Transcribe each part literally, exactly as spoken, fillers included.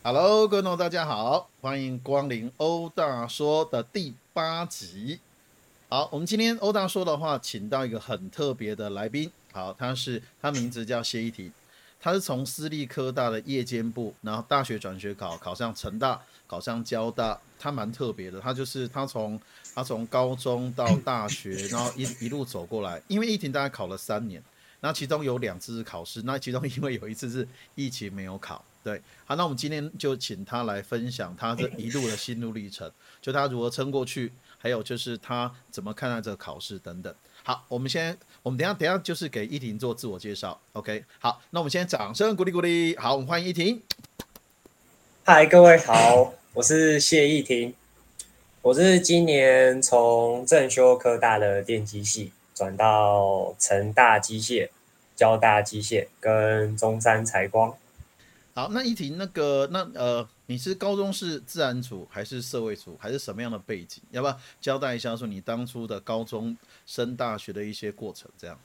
Hello，各位同学大家好，欢迎光临欧大说的第八集。好，我们今天欧大说的话，请到一个很特别的来宾。好，他是他名字叫谢依婷，他是从私立科大的夜间部，然后大学转学考考上成大，考上交大。他蛮特别的，他就是他从他从高中到大学，然后一一路走过来。因为依婷大概考了三年，那其中有两次是考试，那其中因为有一次是疫情没有考。对，好，那我们今天就请他来分享他这一路的心路历程，就他如何撑过去，还有就是他怎么看待这个考试等等。好，我们先，我们等一下等一下就是给依婷做自我介绍，OK？好，那我们先掌声鼓励鼓励。好，我们欢迎依婷。 嗨，各位好，我是谢义婷，我是今年从正修科大的电机系转到成大机械、交大机械跟中山财光。 好，那依婷那个那呃，你是高中是自然组还是社会组，还是什么样的背景？要不要交代一下说你当初的高中升大学的一些过程？这样。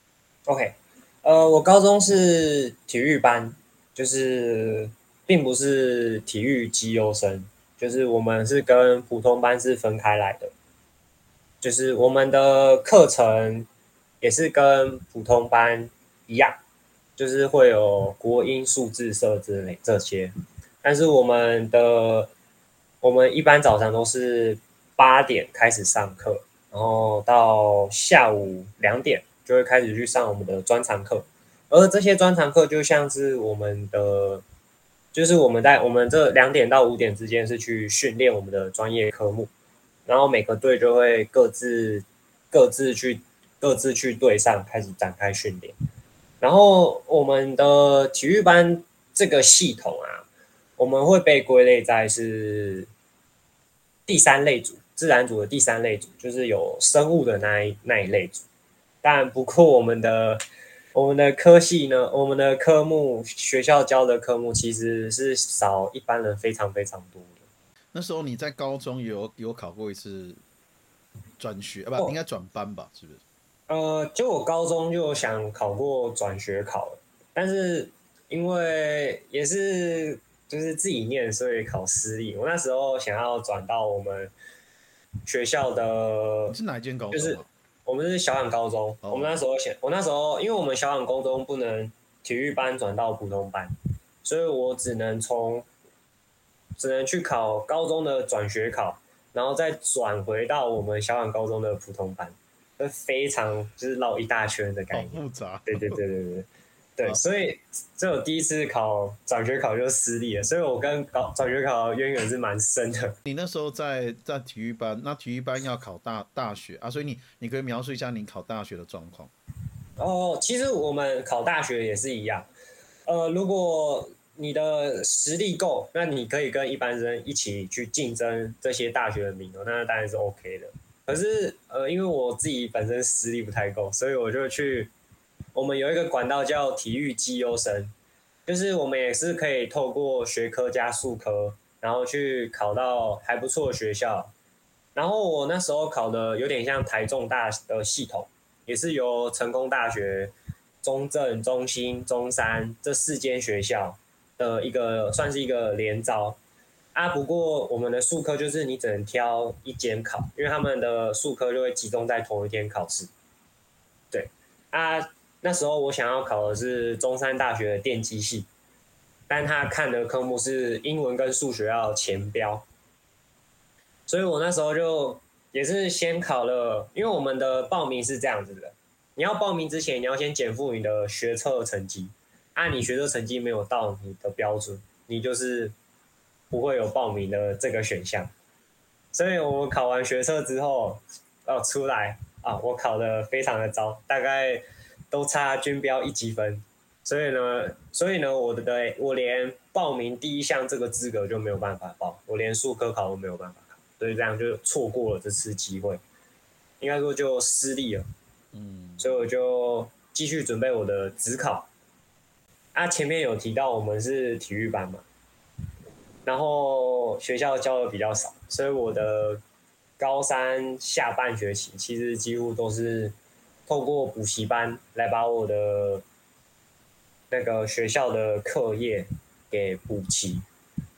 OK，呃，我高中是体育班，就是并不是体育基优生，就是我们是跟普通班是分开来的，就是我们的课程也是跟普通班一样。就是会有国音、数字社之类这些，但是我们的我们一般早上都是八点开始上课，然后到下午两点就会开始去上我们的专长课，而这些专长课就像是我们的，就是我们在我们这两点到五点之间是去训练我们的专业科目，然后每个队就会各自各自去各自去队上开始展开训练。然后我们的体育班这个系统啊，我们会被归类在是第三类组，自然组的第三类组，就是有生物的那一那一类组。但不过我们的我们的科系呢，我们的科目学校教的科目其实是少一般人非常非常多的。 那时候你在高中有有考过一次转学，啊不，应哦， 该转班吧？是不是？ 呃，就我高中就想考过转学考，但是因为也是就是自己念，所以考私立。我那时候想要转到我们学校的， 你是哪一间高就是中啊？ 我们是小养高中。我们哦， 那时候想，我那时候因为我们小养高中不能体育班转到普通班，所以我只能从只能去考高中的转学考，然后再转回到我们小养高中的普通班，非常就是绕一大圈的好概念。 复杂。 对对对对对对， 好， 所以这我第一次考转学考就失利了，所以我跟考转学考的渊源是蛮深的。 你那时候在在体育班，那体育班要考大大学啊，所以你你可以描述一下你考大学的状况。 哦，其实我们考大学也是一样，呃，如果你的实力够，那你可以跟一般人一起去竞争这些大学的名额，那当然是 OK 的。可是，呃，因为我自己本身实力不太够，所以我就去，我们有一个管道叫体育绩优生，就是我们也是可以透过学科加数科，然后去考到还不错的学校。然后我那时候考的有点像台中大的系统，也是由成功大学、中正、中心、中山这四间学校的一个算是一个联招啊。不过我们的数科就是你只能挑一间考，因为他们的数科就会集中在同一天考试。对啊，那时候我想要考的是中山大学的电机系，但他看的科目是英文跟数学要前标，所以我那时候就也是先考了，因为我们的报名是这样子的，你要报名之前，你要先减负你的学测成绩，按、啊、你学测成绩没有到你的标准，你就是不会有报名的这个选项。所以我们考完学测之后，哦出来啊，我考的非常的糟，大概都差均标一积分。所以呢，所以呢，我的我连报名第一项这个资格就没有办法报，我连数科考都没有办法考，所以这样就错过了这次机会，应该说就失利了。 嗯， 所以我就继续准备我的职考。啊，前面有提到我们是体育班嘛，然后学校教的比较少，所以我的高三下半学期其实几乎都是透过补习班来把我的那个学校的课业给补齐。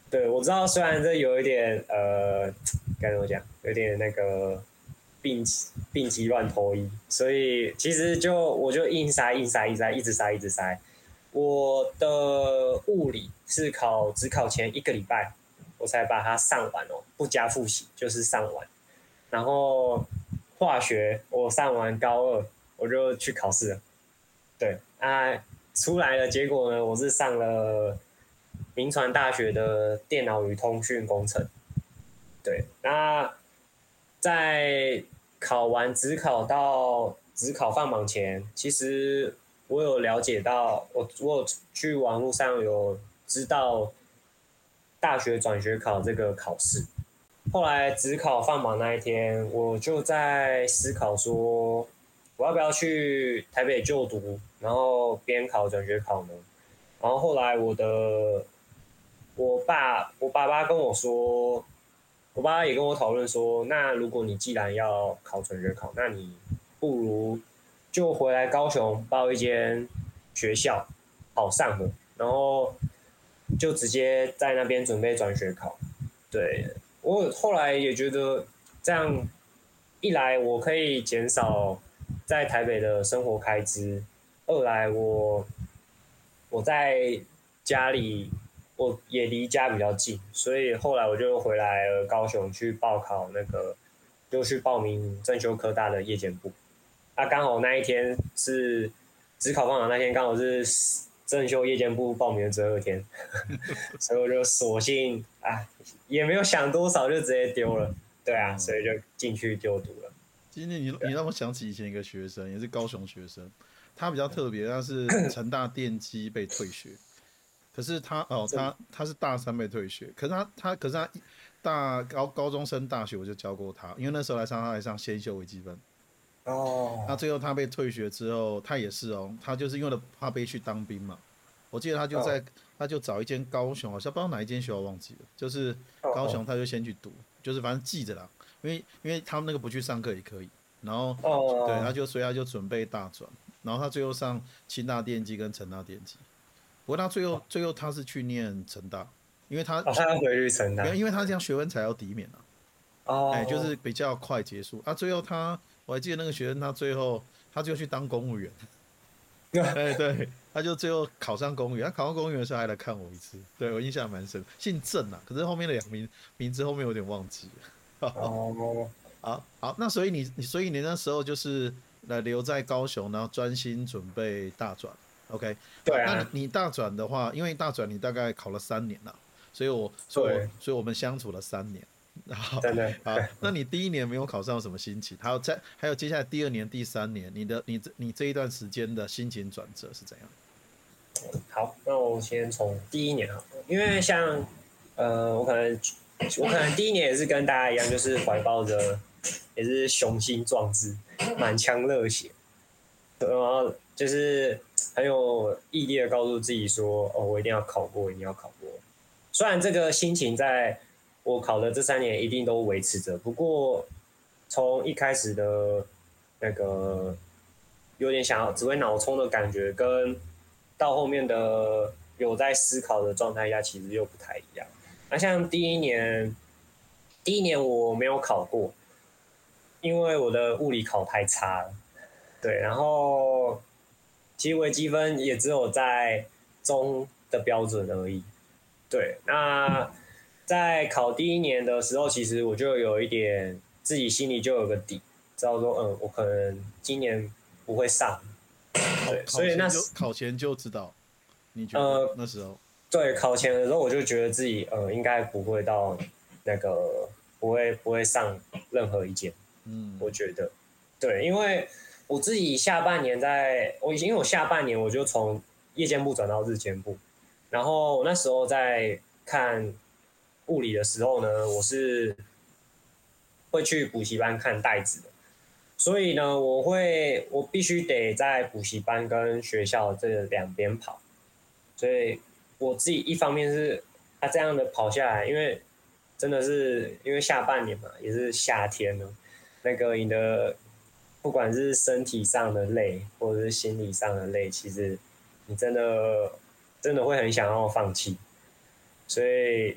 对，我知道，虽然这有一点呃，该怎么讲，有点那个病病急乱投医，所以其实就我就硬塞硬塞硬塞，一直塞一直塞。我的物理是考只考前一个礼拜，我才把它上完哦，不加复习就是上完。然后化学我上完高二，我就去考试了。对啊，出来的结果呢，我是上了民传大学的电脑与通讯工程。对，那在考完职考到职考放榜前，其实我有了解到，我我有去网络上有知道大学转学考这个考试。后来职考放榜那一天，我就在思考说，我要不要去台北就读，然后边考转学考呢？然后后来我的我爸我爸爸跟我说，我爸爸也跟我讨论说，那如果你既然要考转学考，那你不如就回来高雄报一间学校考上了，然后就直接在那边准备转学考。对，我后来也觉得这样一来我可以减少在台北的生活开支，二来我我在家里我也离家比较近，所以后来我就回来了高雄去报考那个，就去报名正修科大的夜间部。啊，刚好那一天是只考放榜那天，刚好是正修夜间部报名的最后一天，所以我就索性啊，也没有想多少就直接丢了。对啊，所以就进去就读了。 今天你你让我想起以前一个学生，也是高雄学生，他比较特别，他是成大电机被退学，可是他哦他他是大三被退学，可是他他可是他大高高中升大学我就教过他，因为那时候来上他来上先修微积分。 哦， 那最后他被退学之后，他也是哦，他就是因为了怕被去当兵嘛。我记得他就在， 哦他就找一间高雄，好像不知道哪一间学校忘记了，就是哦哦高雄他就先去读，就是反正记着啦，因为因为他们那个不去上课也可以，然后对他哦， 就所以他就准备大转，然后他最后上清大电机跟成大电机，不过他最后最后他是去念成大，因为他哦，他要回去承担。 没有因为他这样学分才要抵免啊。哎，就哦， 是比较快结束啊。最后他，我还记得那个学生，他最后他就去当公务员。哎，对，他就最后考上公务员。他考上公务员的时候还来看我一次，对我印象蛮深。姓郑啊，可是后面的两名名字后面有点忘记了。 哦， 好，好，那所以你你所以你那时候就是来留在高雄，然后专心准备大转。OK，好，那你对啊， 你大转的话，因为大转你大概考了三年了，所以我所以我对， 所以我们相处了三年。好， 真的。 好，那你第一年没有考上有什么心情？还有在还有接下来第二年、第三年，你的你这你这一段时间的心情转折是怎样？ 好，那我先从第一年好了，因为像呃，我可能我可能第一年也是跟大家一样，就是怀抱着也是雄心壮志、满腔热血，然后就是很有毅力的告诉自己说，哦，我一定要考过，一定要考过。虽然这个心情在我考的这三年一定都维持着，不过从一开始的那个有点想要只会脑冲的感觉，跟到后面的有在思考的状态下，其实又不太一样。那像第一年，第一年我没有考过，因为我的物理考太差了。对，然后其实微积分也只有在中的标准而已。对，那在考第一年的时候，其实我就有一点自己心里就有个底，知道说，嗯，我可能今年不会上。对，所考考以那前就考前就知道，你觉得呃， 那时候？ 对，考前的时候我就觉得自己呃应该不会到那个不会不会上任何一间， 嗯， 我觉得。对，因为我自己下半年在，我因为我下半年我就从夜间部转到日间部，然后我那时候在看物理的时候呢，我是会去补习班看袋子的，所以呢，我会我必须得在补习班跟学校这两边跑，所以我自己一方面是他、啊、这样的跑下来，因为真的是因为下半年嘛，也是夏天了，那个你的不管是身体上的累，或者是心理上的累，其实你真的真的会很想要放弃。所以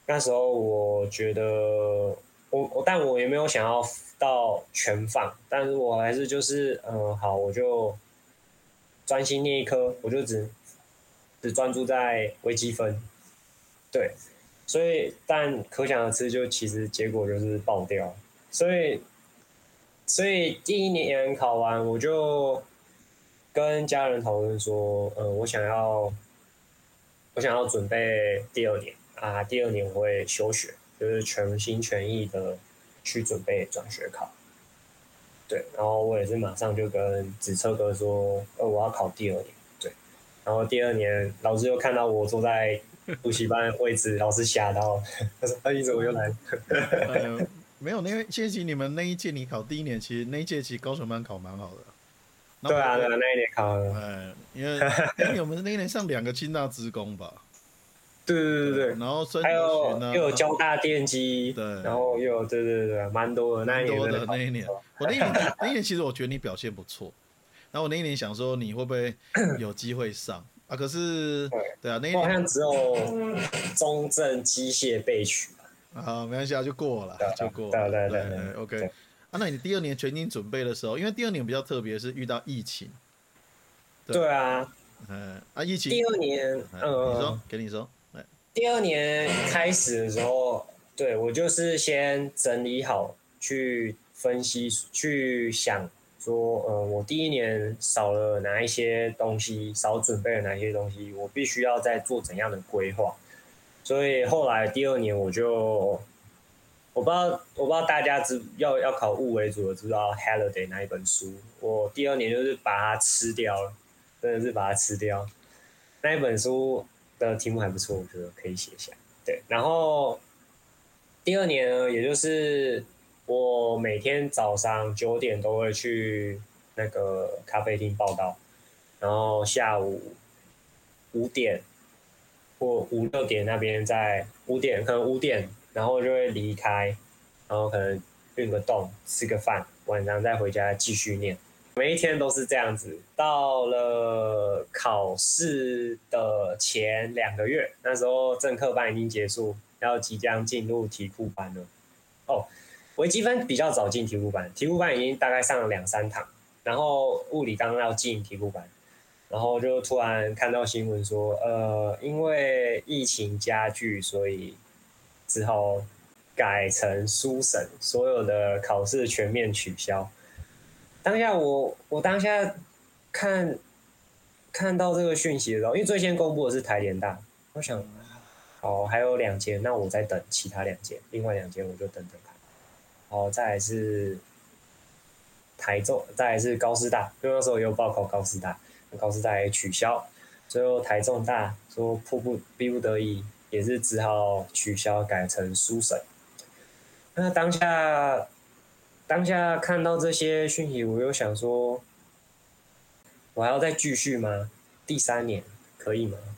那时候我觉得我我但我也没有想要到全放，但是我还是就是嗯好，我就专心念一科，我就只只专注在微积分，对，所以但可想而知，就其实结果就是爆掉，所以所以第一年考完，我就跟家人讨论说，嗯，我想要我想要准备第二年啊，第二年我会休学，就是全心全意的去准备转学考。对，然后我也是马上就跟子车哥说，呃，我要考第二年。对，然后第二年老师又看到我坐在补习班位置，老师吓到，他说：“他你怎么又来？” 呃，没有，因为谢谢你们那一届你考第一年，其实那一届其实高雄班考蛮好的。那对啊，对我， 啊，那一年考了。 呃，因为那一年我们那一年上两个清大职工吧， 对对对， 对对， 然后孙还哲学有又有呢， 交大电机，然对， 后又有对对对，蛮多的。那一年蛮多真的考不的那一年。 错。 我那一年觉那一年其实我觉得你表现不错，然后我那一年想说你会不会有机会上啊？可是， 对， 对啊，那一我好年像只有中正机械备取吧。 啊，没关系啊，就过了， 对就过对了。 对对对对，OK。 对啊，那你第二年全心准备的时候，因为第二年比较特别，是遇到疫情，对， 对啊！ 嗯，啊，疫情， 第二年， 哎，你说， 呃， 给你说，哎， 第二年开始的时候，对我就是先整理好，去分析，去想说，呃，我第一年少了哪一些东西，少准备了哪一些东西，我必须要再做怎样的规划。所以后来第二年我就，我不知道，我不知道大家知要要考物为主的知不知道《Halliday》那一本书？我第二年就是把它吃掉了，真的是把它吃掉。那一本书的题目还不错，我觉得可以写下。对，然后第二年呢，也就是我每天早上九点都会去那个咖啡厅报道，然后下午五点或五六点那边在五点，可能五点，然后就会离开，然后可能运个动，吃个饭，晚上再回家继续念。每一天都是这样子。到了考试的前两个月，那时候正课班已经结束，要即将进入题库班了。哦，微积分比较早进题库班，题库班已经大概上了两三堂，然后物理刚刚要进题库班，然后就突然看到新闻说，呃，因为疫情加剧，所以只好改成书审，所有的考试全面取消。当下我我当下看看到这个讯息的时候，因为最先公布的是台联大，我想，好还有两间，那我再等其他两间，另外两间我就等等看。好，再来是台中，再来是高师大，因为那时候也有报考高师大，高师大也取消，最后台中大说迫不逼不得已，也是只好取消改成书审。那当下当下看到这些讯息，我又想说，我还要再继续吗？第三年可以吗？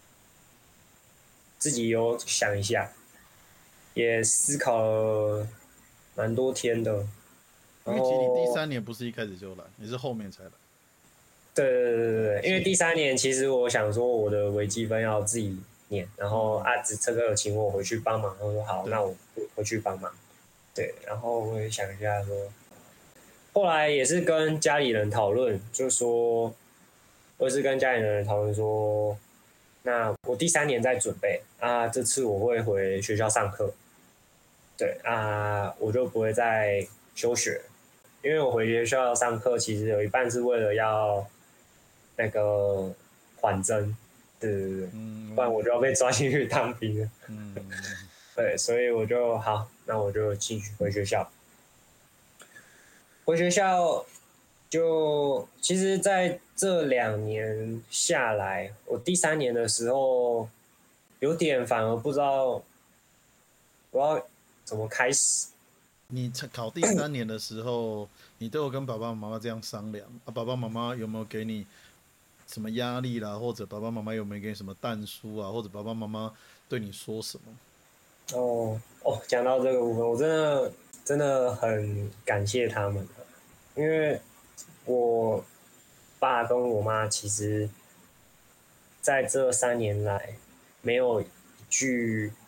自己有想一下，也思考了蛮多天的。然因为其实你第后， 三年不是一开始就来，你是后面才来， 对对对对， 对对，因为其实， 第三年其实我想说我的微积分要自己念，然后嗯， 啊，子这个有请我回去帮忙，我说好， 对， 那我回去帮忙。对，然后我也想一下说，后来也是跟家里人讨论，就说，我也是跟家里人讨论说，那我第三年在准备啊，这次我会回学校上课，对啊，我就不会再休学，因为我回学校上课，其实有一半是为了要那个缓征，对对对，不然嗯我就要被抓进去当兵了。 嗯， 对，所以我就好，那我就继续回学校。回学校就其实在这两年下来，我第三年的时候有点反而不知道我要怎么开始。 你考第三年的时候，你都有跟爸爸妈妈这样商量啊？爸爸妈妈有没有给你什么压力啦？或者爸爸妈妈有没有给你什么淡书啊？或者爸爸妈妈对你说什么？ 哦哦，讲到这个部分，我真的真的很感谢他们，因为我爸跟我妈其实在这三年来没有一句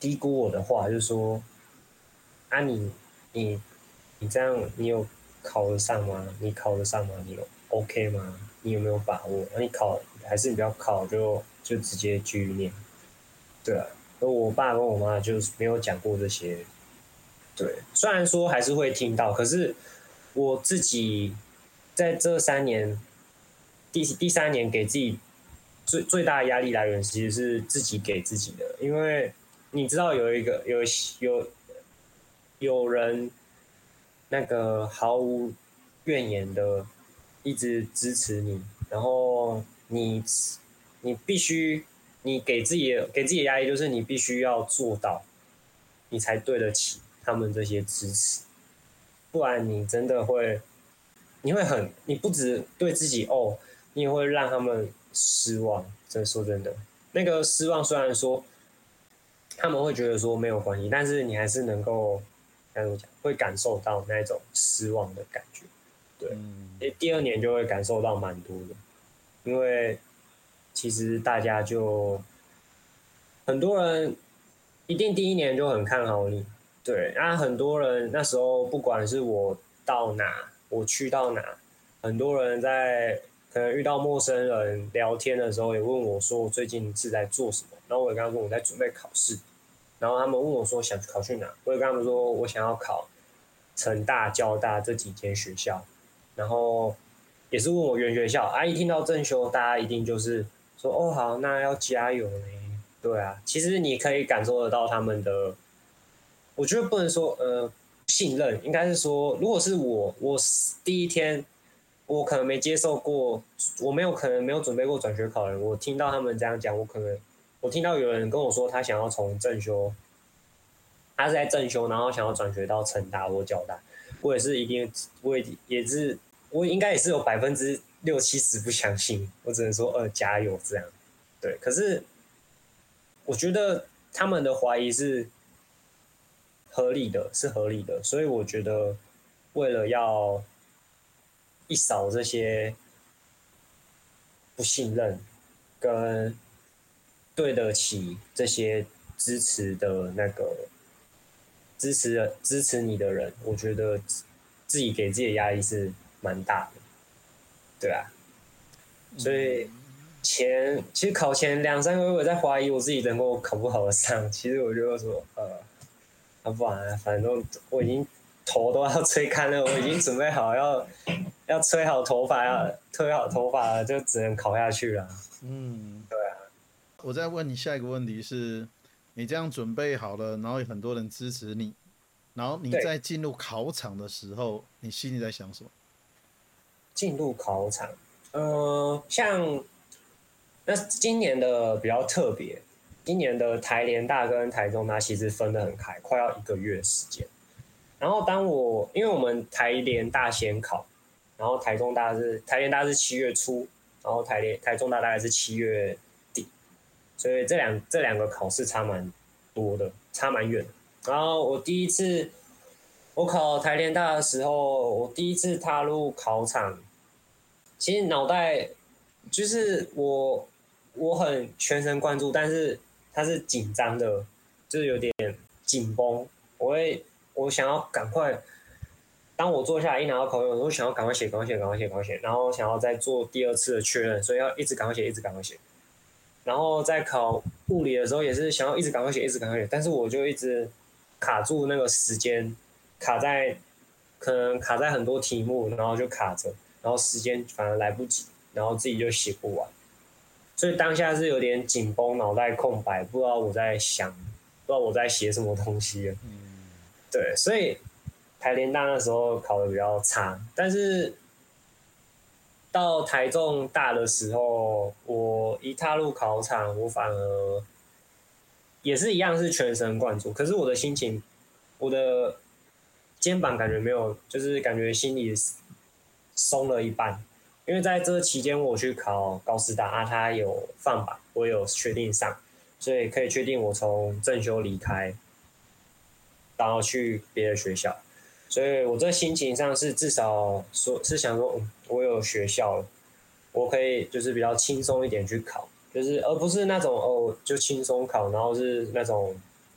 低估我的话，就是说啊你你你这样你有考得上吗？你考得上吗？你有 OK 吗？你有没有把握？那、啊、你考还是你不要考就就直接继续念？对啊，而我爸跟我妈就没有讲过这些。对，虽然说还是会听到，可是我自己在这三年，第第三年给自己最最大的压力来源其实是自己给自己的，因为你知道有一个有有有人那个毫无怨言的一直支持你，然后你你必须你给自己的给自己的压力就是你必须要做到，你才对得起他们这些支持，不然你真的会你会很你不止对自己哦，你也会让他们失望。真说真的，那个失望虽然说他们会觉得说没有关系，但是你还是能够该怎么讲，会感受到那种失望的感觉。对， 嗯， 第二年就会感受到蛮多的，因为其实大家就很多人一定第一年就很看好你，对，那很多人那时候不管是我到哪，我去到哪，很多人在可能遇到陌生人聊天的时候也问我说我最近是在做什么，然后我也跟他说我在准备考试，然后他们问我说想考去哪，我也跟他们说我想要考成大、交大这几间学校，然后也是问我原学校啊，一听到正修，大家一定就是说哦好，那要加油呢。对啊，其实你可以感受得到他们的，我觉得不能说呃信任，应该是说，如果是我，我第一天我可能没接受过，我没有可能没有准备过转学考的人，我听到他们这样讲，我可能我听到有人跟我说他想要从正修，他是在正修，然后想要转学到成大或交大，我也是一定，我也也是我应该也是有百分之六七十不相信，我只能说呃加油这样，对，可是。我觉得他们的怀疑是合理的，是合理的，所以我觉得为了要一扫这些不信任，跟对得起这些支持的那个支持支持你的人，我觉得自己给自己的压力是蛮大的，对啊，所以前其实考前两三个月我在怀疑我自己能够考不考得上，其实我就说呃。啊不然，反正我已经头都要吹干了，我已经准备好要要吹好头发，要吹好头发了，就只能考下去了。 嗯， 对啊， 我再问你下一个问题是，你这样准备好了，然后有很多人支持你，然后你对， 在进入考场的时候，你心里在想什么？ 进入考场，呃，像那今年的比较特别，今年的台联大跟台中大其实分得很开，快要一个月的时间。然后当我因为我们台联大先考，然后台中大是台联大是七月初，然后台联台中大大概是七月底，所以这两这两个考试差蛮多的，差蛮远的。然后我第一次我考台联大的时候，我第一次踏入考场，其实脑袋就是我我很全神贯注，但是它是紧张的，就是有点紧绷。我会我想要赶快，当我坐下来一拿到考卷，我想要赶快写，赶快写，赶快写，赶快写，然后想要再做第二次的确认，所以要一直赶快写，一直赶快写。然后在考物理的时候也是想要一直赶快写，一直赶快写，但是我就一直卡住那个时间，卡在可能卡在很多题目，然后就卡着，然后时间反而来不及，然后自己就写不完，所以当下是有点紧绷，脑袋空白，不知道我在想，不知道我在写什么东西了。对，所以台联大那时候考的比较差，但是到台中大的时候，我一踏入考场，我反而也是一样是全神贯注，可是我的心情，我的肩膀感觉没有，就是感觉心里松了一半，因为在这期间我去考高师大啊，他有放榜，我有确定上，所以可以确定我从正修离开，然后去别的学校，所以我这心情上是至少说是想说，嗯，我有学校了，我可以就是比较轻松一点去考，就是而不是那种哦就轻松考，然后是那种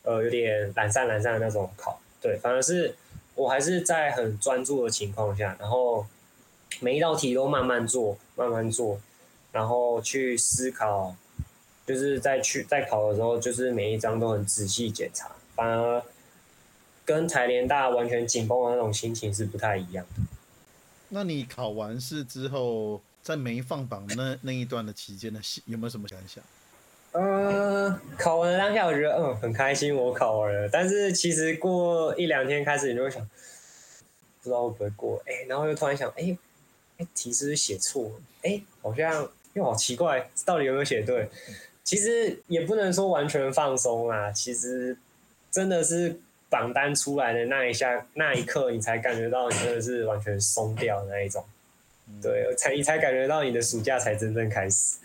呃有点懒散懒散的那种考，对，反而是我还是在很专注的情况下，然后每一道题都慢慢做，慢慢做，然后去思考，就是在去在考的时候，就是每一张都很仔细检查，反而跟台联大完全紧绷的那种心情是不太一样的。 那你考完试之后，在没放榜那那一段的期间呢，有没有什么感想？ 呃，考完的当下，我觉得嗯很开心，我考完了。但是其实过一两天开始，你就会想，不知道会不会过，哎、欸，然后又突然想，哎、欸，哎、欸，题是不是写错了？哎、欸，好像又好奇怪，到底有没有写对？其实也不能说完全放松啊，其实真的是榜单出来的那一下那一刻，你才感觉到你真的是完全松掉的那一种。对，才你才感觉到你的暑假才真正开始。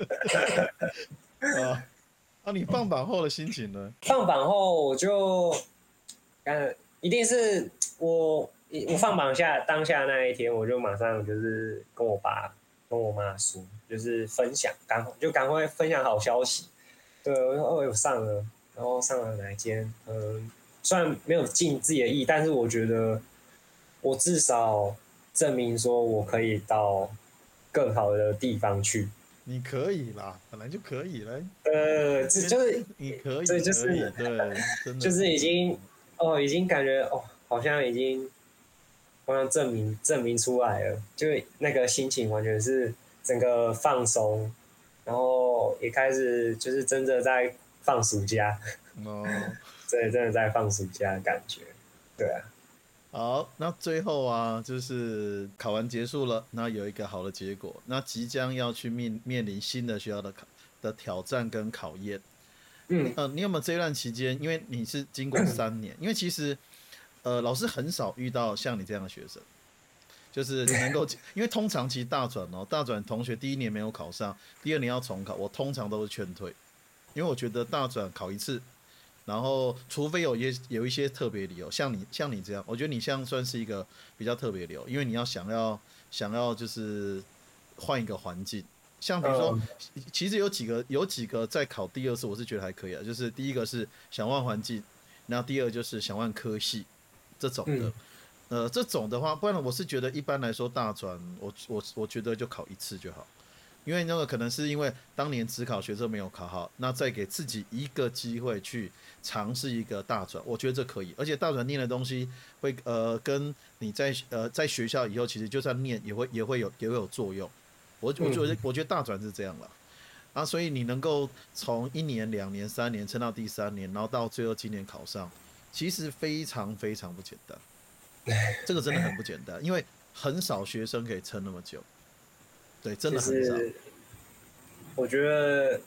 啊，啊，你放榜后的心情呢？ 放榜后我就，呃，一定是我我放榜下当下那一天，我就马上就是跟我爸跟我妈说，就是分享，赶就赶快分享好消息。对，我说哦，有上了，然后上了哪一间？嗯，虽然没有尽自己的意，但是我觉得我至少证明说我可以到更好的地方去。 你可以啦，本来就可以了。 呃，这就是你可以， 对，就可以， 是对，真的就是已是。 经哦，已经感觉哦，好像已经好像证明证明出来了，就那个心情完全是整个放松，然后也开始就是真的在放暑假， 哦， 对，真的在放暑假的感觉，对啊， 好，那最后啊，就是考完结束了，那有一个好的结果，那即将要去面面临新的学校的考的挑战跟考验。 嗯， 呃，你有没有这一段期间，因为你是经过三年，因为其实呃老师很少遇到像你这样的学生，就是能够，因为通常其实大转哦，大转同学第一年没有考上，第二年要重考，我通常都是劝退，因为我觉得大转考一次，然后除非有一有一些特别理由，像你像你这样，我觉得你像算是一个比较特别理由，因为你要想要想要就是换一个环境，像比如说， 嗯其实有几个有几个在考第二次，我是觉得还可以啊，就是第一个是想换环境，然后第二就是想换科系这种的。 嗯呃，这种的话，不然我是觉得一般来说大专，我我我觉得就考一次就好。因为那个可能是因为当年只考学测没有考好，那再给自己一个机会去尝试一个大转，我觉得这可以。而且大转念的东西会呃跟你在呃在学校以后，其实就算念也会也会有也会有作用。我我觉得嗯， 我觉得大转是这样了啊，所以你能够从一年、两年、三年撑到第三年，然后到最后今年考上，其实非常非常不简单。这个真的很不简单，因为很少学生可以撑那么久，对，真就的很少。 是我觉得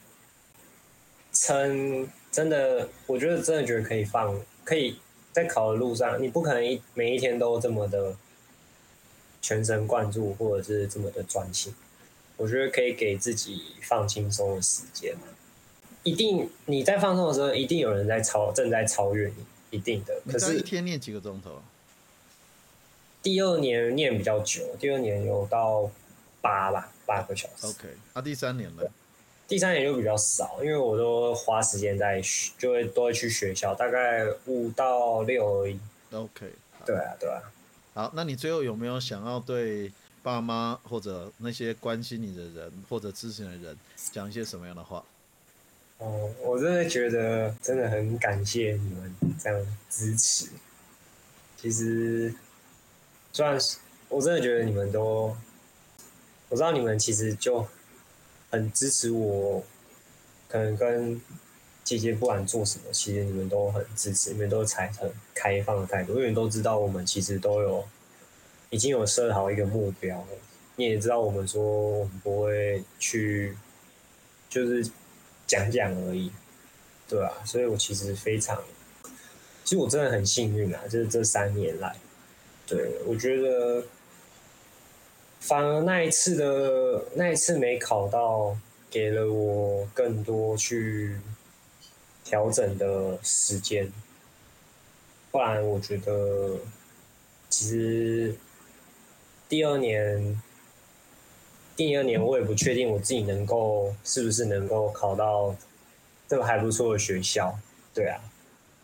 撑真的，我觉得真的觉得可以放，可以在考的路上，你不可能一每一天都这么的全神贯注，或者是这么的专心。我觉得可以给自己放轻松的时间。一定你在放松的时候，一定有人在超正在超越你，一定的。 你大概一可是天念几个钟头？ 第二年念比较久，第二年有到八吧，八个小时。 OK，啊，第三年呢第三年就比较少，因为我都花时间在就会都会去学校，大概五到六而已。 ？OK，好， 对啊，对啊。 好，那你最后有没有想要对爸妈或者那些关心你的人或者支持你的人讲一些什么样的话？ 哦，我真的觉得真的很感谢你们这样支持。其实，虽然是我真的觉得你们都，我知道你们其实就很支持我，可能跟姐姐不管做什么，其实你们都很支持，你们都采很开放的态度，因为你都知道我们其实都有已经有设好一个目标了，你也知道我们说我们不会去就是讲讲而已，对啊，所以我其实非常，其实我真的很幸运啊，就是这三年来，对我觉得反而那一次的那一次没考到，给了我更多去调整的时间，不然我觉得其实第二年第二年我也不确定我自己能够是不是能够考到这个还不错的学校，对啊，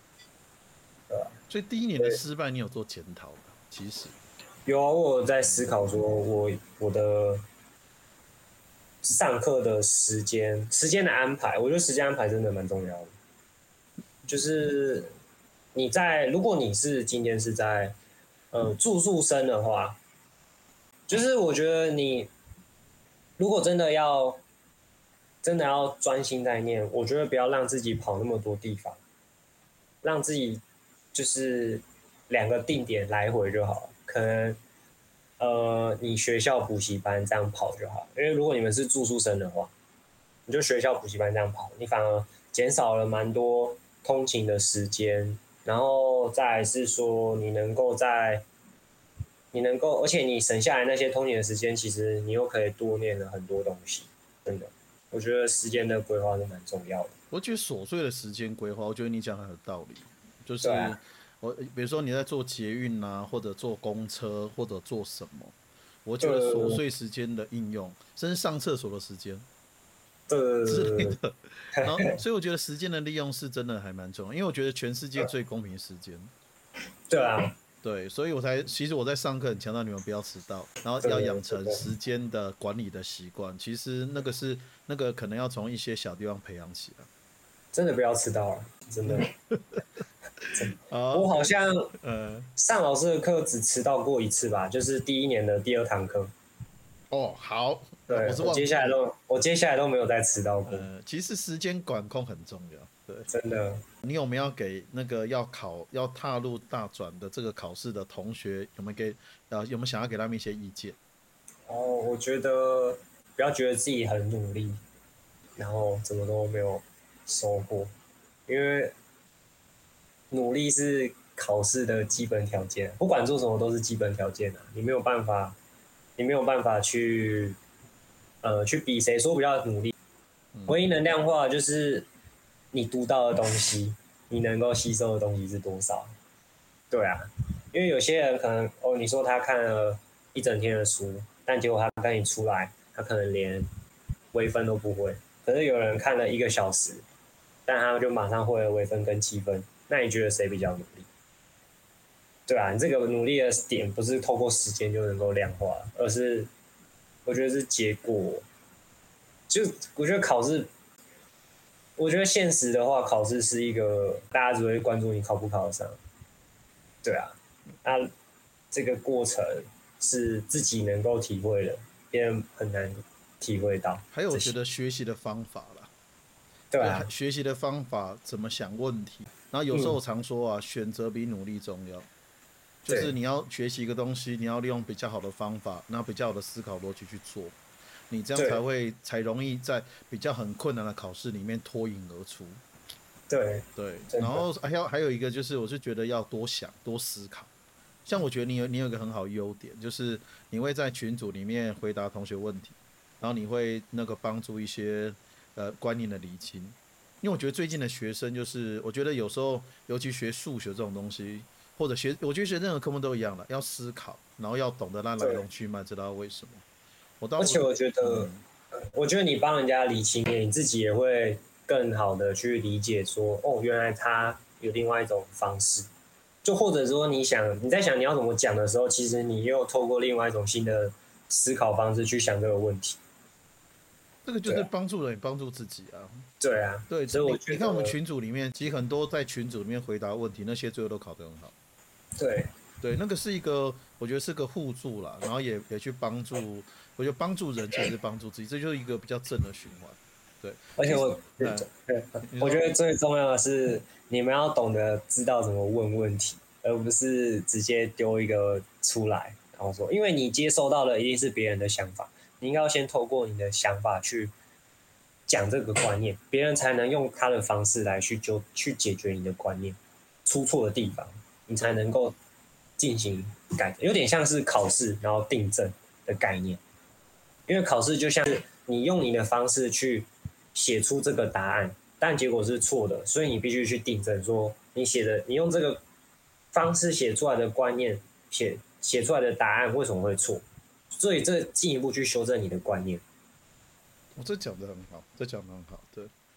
所以第一年的失败，你有做检讨吗？其实有啊，我有在思考说我我的上课的时间时间的安排，我觉得时间安排真的蛮重要的。就是你在如果你是今天是在呃住宿生的话，就是我觉得你如果真的要真的要专心在念，我觉得不要让自己跑那么多地方，让自己就是两个定点来回就好了。可能呃你学校补习班这样跑就好，因为如果你们是住宿生的话，你就学校补习班这样跑，你反而减少了蛮多通勤的时间，然后再来是说你能够在你能够，而且你省下来那些通勤的时间，其实你又可以多念了很多东西，真的，我觉得时间的规划是蛮重要的。 我觉得琐碎的时间规划，我觉得你讲很有道理。就是对啊， 我比如说你在做捷运啊，或者坐公车，或者做什么，我觉得琐呃， 碎时间的应用，甚至上厕所的时间之类这， 的。然后，所以我觉得时间的利用是真的还蛮重要，因为我觉得全世界最公平时间。 对啊， 对，所以我才其实我在上课很强调你们不要迟到，然后要养成这这个时间的管理的习惯。其实那个是那个可能要从一些小地方培养起来。 真的不要迟到了，真的。 好我好 ，OK， 像呃， 上老师的课只迟到过一次吧，就是第一年的第二堂课。 哦，好，呃我对， 是我接下来忘记了。 都我接下来都没有再迟到过， 呃，其实时间管控很重要。对， 真的。 你有没有给那个要考要踏入大转的这个考试的同学，有没有给呃有没有想要给他们一些意见？ 哦，我觉得不要觉得自己很努力，然后怎么都没有收获，因为努力是考试的基本条件，不管做什么都是基本条件啊。你没有办法，你没有办法去呃去比谁说比较努力。唯一能量化就是你读到的东西，你能够吸收的东西是多少。对啊，因为有些人可能哦，你说他看了一整天的书，但结果他跟你出来，他可能连微分都不会。可是有人看了一个小时，但他就马上会了微分跟积分，那你觉得谁比较努力？对啊，你这个努力的点不是透过时间就能够量化，而是我觉得是结果。就我觉得考试，我觉得现实的话，考试是一个大家只会关注你考不考得上。对啊，那这个过程是自己能够体会的，别人很难体会到还有我这些。 觉得学习的方法啦，就是对啊， 学习的方法怎么想问题。然后有时候嗯， 我常说啊，选择比努力重要。就是对你要学习一个东西，你要利用比较好的方法，那比较好的思考逻辑去做，你这样才对会才容易在比较很困难的考试里面脱颖而出。 对， 对，然真的， 后还有还有一个就是，我是觉得要多想多思考。像我觉得你有你有一个很好的优点，就是你会在群组里面回答同学问题，然后你会那个帮助一些呃观念的理清。因为我觉得最近的学生就是，我觉得有时候尤其学数学这种东西，或者学，我觉得学任何科目都一样了，要思考，然后要懂得它来对。 龙去脉，知道为什么。我到我而且我觉得， 嗯， 我觉得你帮人家理清，你自己也会更好的去理解说，哦，原来他有另外一种方式。就或者说你想你在想你要怎么讲的时候，其实你又透过另外一种新的思考方式去想这个问题。 这个就是对啊， 帮助人也帮助自己啊。 对啊， 对， 所以我你你看我们觉得， 群组里面，其实很多在群组里面回答问题，那些最后都考得很好。 对， 对，那个是一个，我觉得是个互助啦，然后也也去帮助，我觉得帮助人其实是帮助自己，这就是一个比较正的循环。对，其实， 而且我， 嗯， 对， 你说， 我觉得最重要的是你们要懂得知道怎么问问题，而不是直接丢一个出来，然后说，因为你接收到的一定是别人的想法，你应该要先透过你的想法去讲这个观念，别人才能用他的方式来去就去解决你的观念出错的地方，你才能够进行改，有点像是考试然后订正的概念。因为考试就像是你用你的方式去写出这个答案，但结果是错的，所以你必须去订正，说你写的，你用这个方式写出来的观念，写写出来的答案为什么会错？所以这进一步去修正你的观念。 我这讲的很好，这讲的很好，对。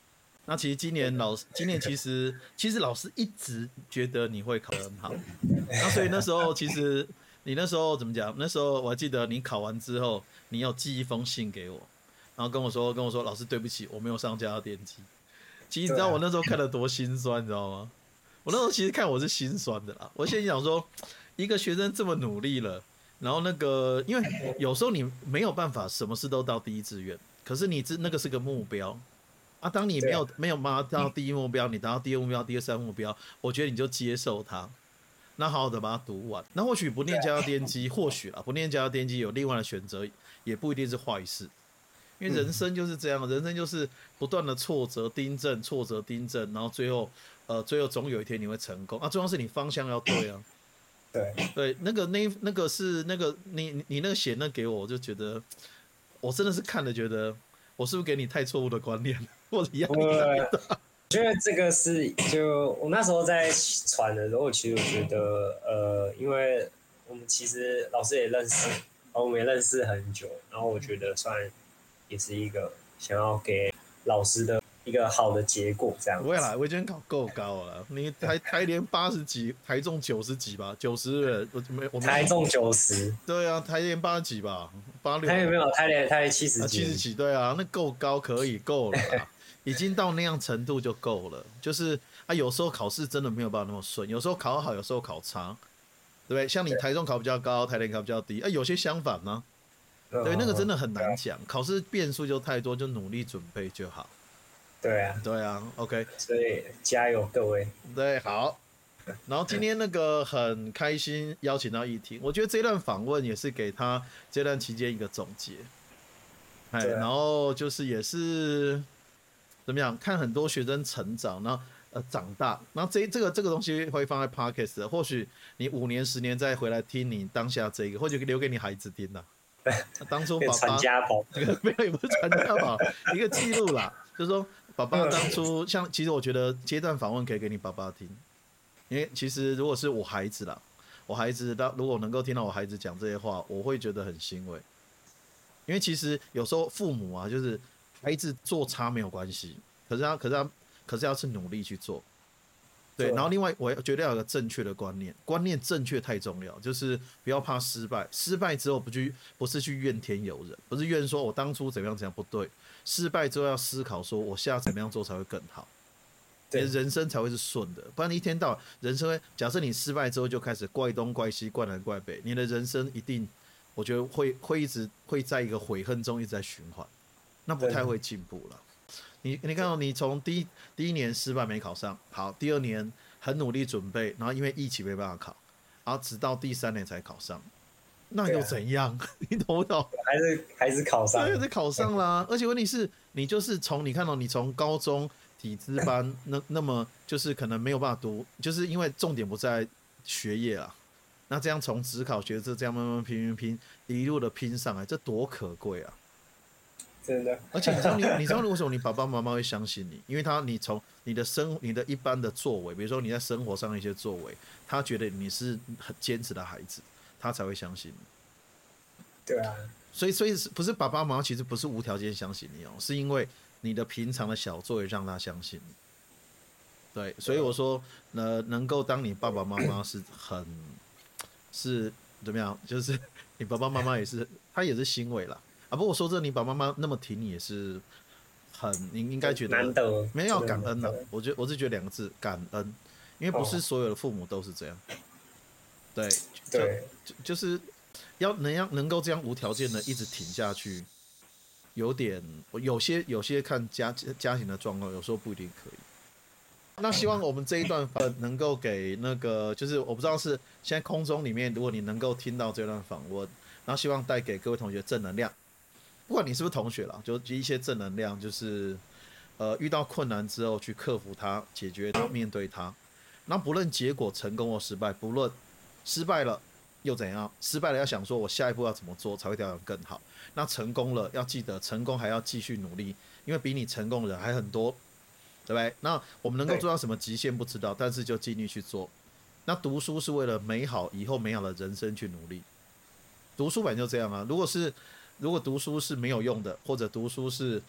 那其实今年老师，今年其实其实老师一直觉得你会考得很好，那所以那时候其实你那时候怎么讲？那时候我还记得你考完之后，你有寄一封信给我，然后跟我说跟我说老师对不起，我没有上家教电机。其实你知道我那时候看得多心酸，你知道吗？我那时候其实看我是心酸的啦。我现在想说，一个学生这么努力了，然后那个因为有时候你没有办法什么事都到第一志愿，可是你这那个是个目标。啊，当你没有没有达到第一目标，你达到第二目标、第二三目标，我觉得你就接受它，那好好的把它读完。那或许不念家教电机，或许啊不念家教电机有另外的选择，也不一定是坏事。因为人生就是这样，人生就是不断的挫折订正、挫折订正，然后最后呃最后总有一天你会成功。啊，重要是你方向要对啊。 对对，那个那那个是那个你你那个写那给我，我就觉得我真的是看了觉得我是不是给你太错误的观念了？我的压力太大。 我觉得这个是就我那时候在传的时候，其实我觉得呃，因为我们其实老师也认识，我们也认识很久，然后我觉得算也是一个想要给老师的一个好的结果，这样子。 不会啦，我已经考够高了。你台台联八十几，台中九十几吧，九十我没我台中九十， 对啊，台联八十几吧，八六。 台联没有，台联台联七十几， 七十几对啊，那够高可以够了啦。已经到那样程度就够了。就是啊，有时候考试真的没有办法那么顺，有时候考好，有时候考差，对不对？像你台中考比较高，台联考比较低，啊，有些相反呢、啊。对，那个真的很难讲，考试变数就太多，就努力准备就好。 对啊， 对啊 ，OK。 所以加油各位。 对，好。然后今天那个很开心邀请到易婷，我觉得这段访问也是给他这段期间一个总结。哎，然后就是也是怎么样，看很多学生成长，然后呃长大，然后这这个这个东西会放在 podcast 的，或许你五年十年再回来听你当下这个，或者留给你孩子听啦。当初爸爸传家宝， 这个没有也不是传家宝，一个记录啦，就是说爸爸当初像，其实我觉得阶段访问可以给你爸爸听，因为其实如果是我孩子啦，我孩子当如果能够听到我孩子讲这些话，我会觉得很欣慰。因为其实有时候父母啊，就是孩子做差没有关系，可是他可是他可是要是努力去做，对。然后另外我觉得要有个正确的观念，观念正确太重要，就是不要怕失败，失败之后不去不是去怨天尤人，不是怨说我当初怎么样怎样不对，失败之后要思考说我下次怎么样做才会更好，你的人生才会是顺的，不然你一天到晚人生会，假设你失败之后就开始怪东怪西怪南怪北，你的人生一定。我觉得会会一直会在一个悔恨中一直在循环，那不太会进步了。你你看到、哦、你从第一第一年失败没考上，好，第二年很努力准备，然后因为疫情没办法考，然后直到第三年才考上，那又怎样？啊、你懂不懂？ 还是还是考上， 还是考上啦。而且问题是，你就是从你看到、哦、你从高中体资班那那么就是可能没有办法读，就是因为重点不在学业啦。那这样从指考学测这样慢慢拼拼拼，一路的拼上来，这多可贵啊！ 真的。 而且你知道你你知道为什么你爸爸妈妈会相信你？因为他你从你的生你的一般的作为，比如说你在生活上的一些作为，他觉得你是很坚持的孩子，他才会相信你。 对啊。 所以所以不是爸爸妈妈其实不是无条件相信你哦，是因为你的平常的小作为让他相信你。对，所以我说，呃，能够当你爸爸妈妈是很。是怎么样？就是你爸爸妈妈也是，他也是欣慰啦。啊。不过说这，你爸爸妈妈那么挺你，也是很，你应该觉得难得， 没有感恩啦。我觉得我是觉得两个字，感恩，因为不是所有的父母都是这样。哦、对， 对， 就就是要能让能够这样无条件的一直挺下去，有点有些有些看家家庭的状况，有时候不一定可以。那希望我们这一段能够给那个，就是我不知道是现在空中里面，如果你能够听到这段访问，然后希望带给各位同学正能量，不管你是不是同学啦，就一些正能量，就是呃遇到困难之后去克服它、解决它、面对它。那不论结果成功或失败，不论失败了又怎样，失败了要想说我下一步要怎么做才会调整更好。那成功了要记得，成功还要继续努力，因为比你成功的人还很多。对不对？那我们能够做到什么极限不知道，但是就尽力去做。那读书是为了美好以后美好的人生去努力。读书本就这样啊。如果是如果读书是没有用的，或者读书是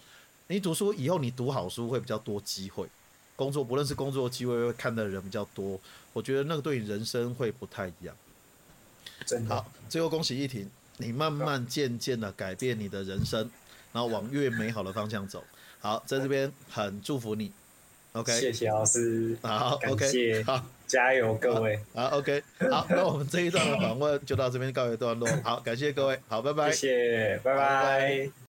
你读书以后，你读好书会比较多机会，工作不论是工作机会会看的人比较多，我觉得那个对你人生会不太一样。 真的。 好，最后恭喜一婷，你慢慢渐渐的改变你的人生，然后往越美好的方向走。好，在这边很祝福你。OK， 谢谢老师， 好感 ，OK， 谢， 好， 加油各位， 好，OK，好，那我们这一段的访问就到这边告一段落。好，感谢各位，好，拜拜， 谢谢，拜拜拜。 拜。